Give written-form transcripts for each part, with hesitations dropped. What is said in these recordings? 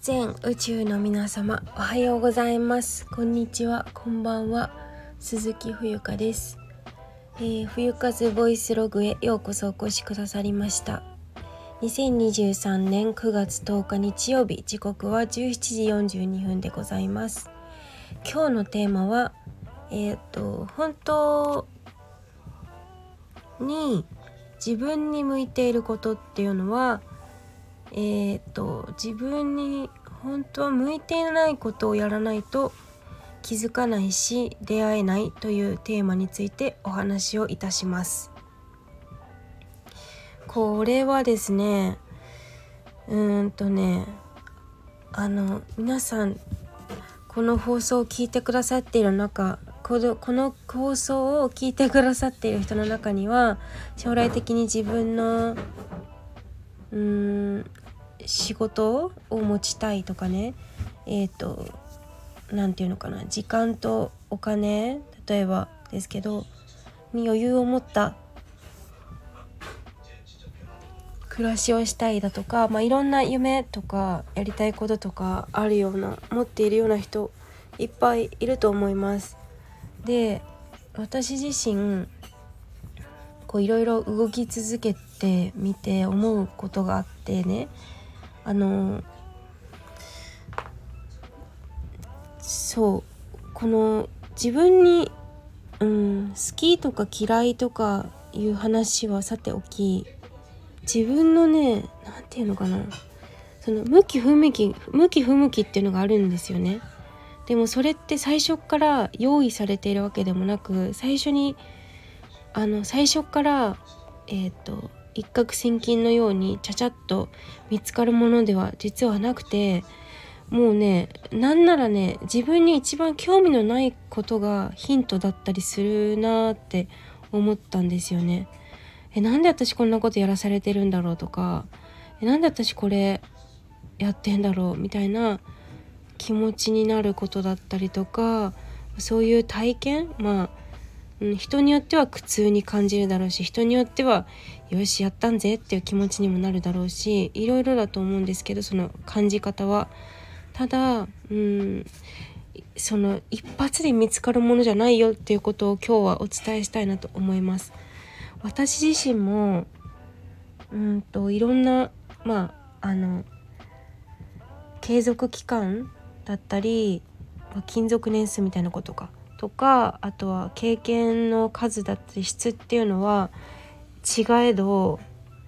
全宇宙の皆様、おはようございます。こんにちは、こんばんは。鈴木冬香です。冬風ボイスログへようこそお越しくださりました。2023年9月10日日曜日、時刻は17時42分でございます。今日のテーマは本当に自分に向いていることっていうのは自分に本当は向いていないことをやらないと気づかないし出会えないというテーマについてお話をいたします。これはですね皆さんこの放送を聞いてくださっている中、この放送を聞いてくださっている人の中には将来的に自分の仕事を持ちたいとかね、なんていうのかな、時間とお金、例えばですけどに余裕を持った暮らしをしたいだとか、いろんな夢とかやりたいこととかあるような、持っているような人いっぱいいると思います。で、私自身いろいろ動き続けてみて思うことがあってね、この自分に、好きとか嫌いとかいう話はさておき、自分のね、なんていうのかな、その向き不向きっていうのがあるんですよね。でもそれって最初から用意されているわけでもなく、最初から一攫千金のようにちゃちゃっと見つかるものでは実はなくて、もうね、なんならね、自分に一番興味のないことがヒントだったりするなって思ったんですよね。なんで私こんなことやらされてるんだろうとか、なんで私これやってんだろうみたいな気持ちになることだったりとか、そういう体験、人によっては苦痛に感じるだろうし、人によってはよしやったんぜっていう気持ちにもなるだろうし、いろいろだと思うんですけど、その感じ方はただその一発で見つかるものじゃないよっていうことを今日はお伝えしたいなと思います。私自身もいろんな継続期間だったり、勤続年数みたいなこととか、あとは経験の数だったり質っていうのは違えど、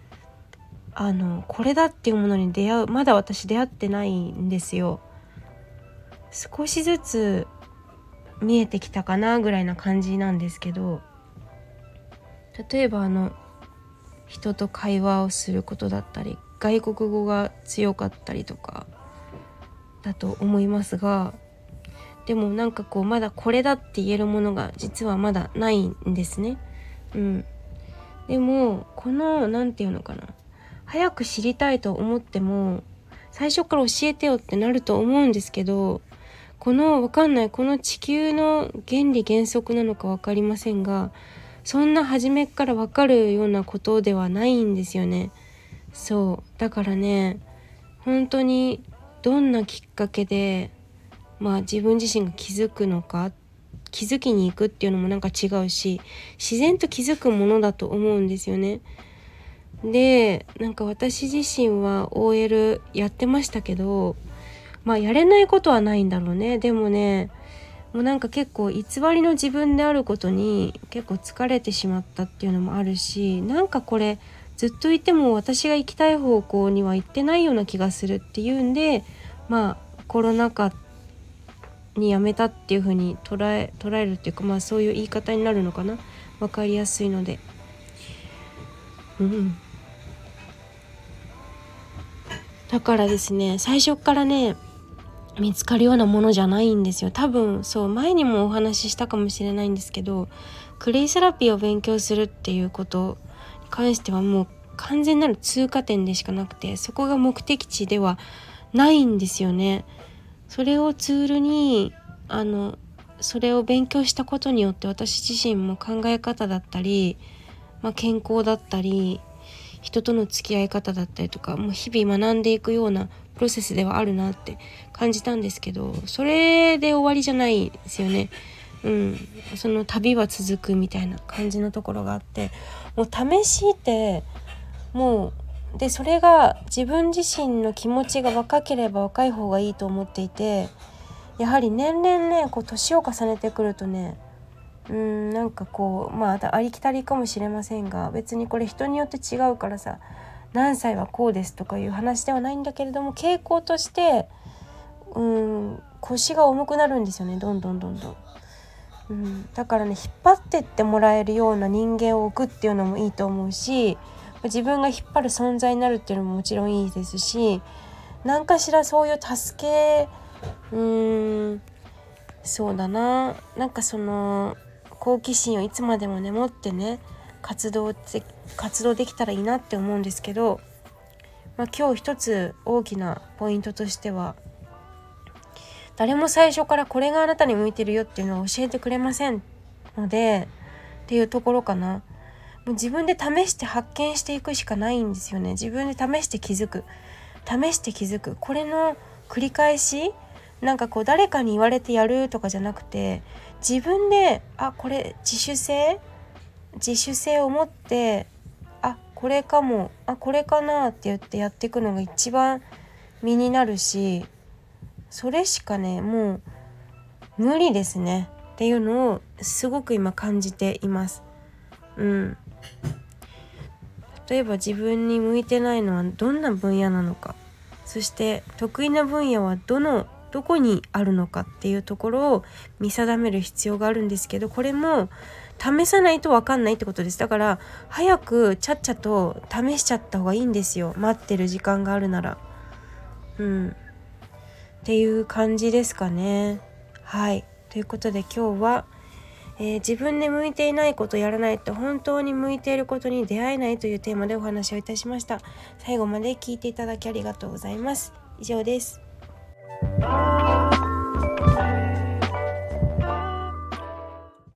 これだっていうものにまだ私出会ってないんですよ。少しずつ見えてきたかなぐらいな感じなんですけど、例えば人と会話をすることだったり、外国語が強かったりとかだと思いますが、でもまだこれだって言えるものが実はまだないんですね。でもなんていうのかな、早く知りたいと思っても最初から教えてよってなると思うんですけど、わかんない、この地球の原理原則なのか分かりませんが、そんな初めから分かるようなことではないんですよね。そうだからね、本当にどんなきっかけで自分自身が気づくのか、気づきに行くっていうのも違うし、自然と気づくものだと思うんですよね。で、私自身は OL やってましたけど、やれないことはないんだろうね。でもね、もう結構偽りの自分であることに結構疲れてしまったっていうのもあるし、これずっといても私が行きたい方向には行ってないような気がするっていうんで、コロナ禍にやめたっていう風に捉えるっていうか、そういう言い方になるのかな、分かりやすいので。だからですね、最初からね見つかるようなものじゃないんですよ。多分前にもお話ししたかもしれないんですけど、クレイセラピーを勉強するっていうことに関してはもう完全なる通過点でしかなくて、そこが目的地ではないんですよね。それをツールにそれを勉強したことによって、私自身も考え方だったり、健康だったり人との付き合い方だったりとか、もう日々学んでいくようなプロセスではあるなって感じたんですけど、それで終わりじゃないですよね。その旅は続くみたいな感じのところがあって、もう試してもうで、それが自分自身の気持ちが若ければ若い方がいいと思っていて、やはり年々ねこう年を重ねてくるとね、なんかこうありきたりかもしれませんが、別にこれ人によって違うからさ、何歳はこうですとかいう話ではないんだけれども、傾向として腰が重くなるんですよね、どんどん。だからね、引っ張ってってもらえるような人間を置くっていうのもいいと思うし、自分が引っ張る存在になるっていうのももちろんいいですし、何かしらそういう助けそうだな、なんかその好奇心をいつまでもね持ってね活動できたらいいなって思うんですけど、今日一つ大きなポイントとしては、誰も最初からこれがあなたに向いてるよっていうのを教えてくれませんのでっていうところかな。もう自分で試して発見していくしかないんですよね。自分で試して気づくこれの繰り返し、なんかこう誰かに言われてやるとかじゃなくて、自分でこれ自主性を持って、これかもこれかなって言ってやっていくのが一番身になるし、それしかねもう無理ですねっていうのをすごく今感じています。例えば自分に向いてないのはどんな分野なのか、そして得意な分野はどこにあるのかっていうところを見定める必要があるんですけど、これも試さないと分かんないってことです。だから早くちゃっちゃと試しちゃった方がいいんですよ、待ってる時間があるなら。っていう感じですかね。はい、ということで今日は、自分で向いていないことをやらないと本当に向いていることに出会えないというテーマでお話をいたしました。最後まで聞いていただきありがとうございます。以上です。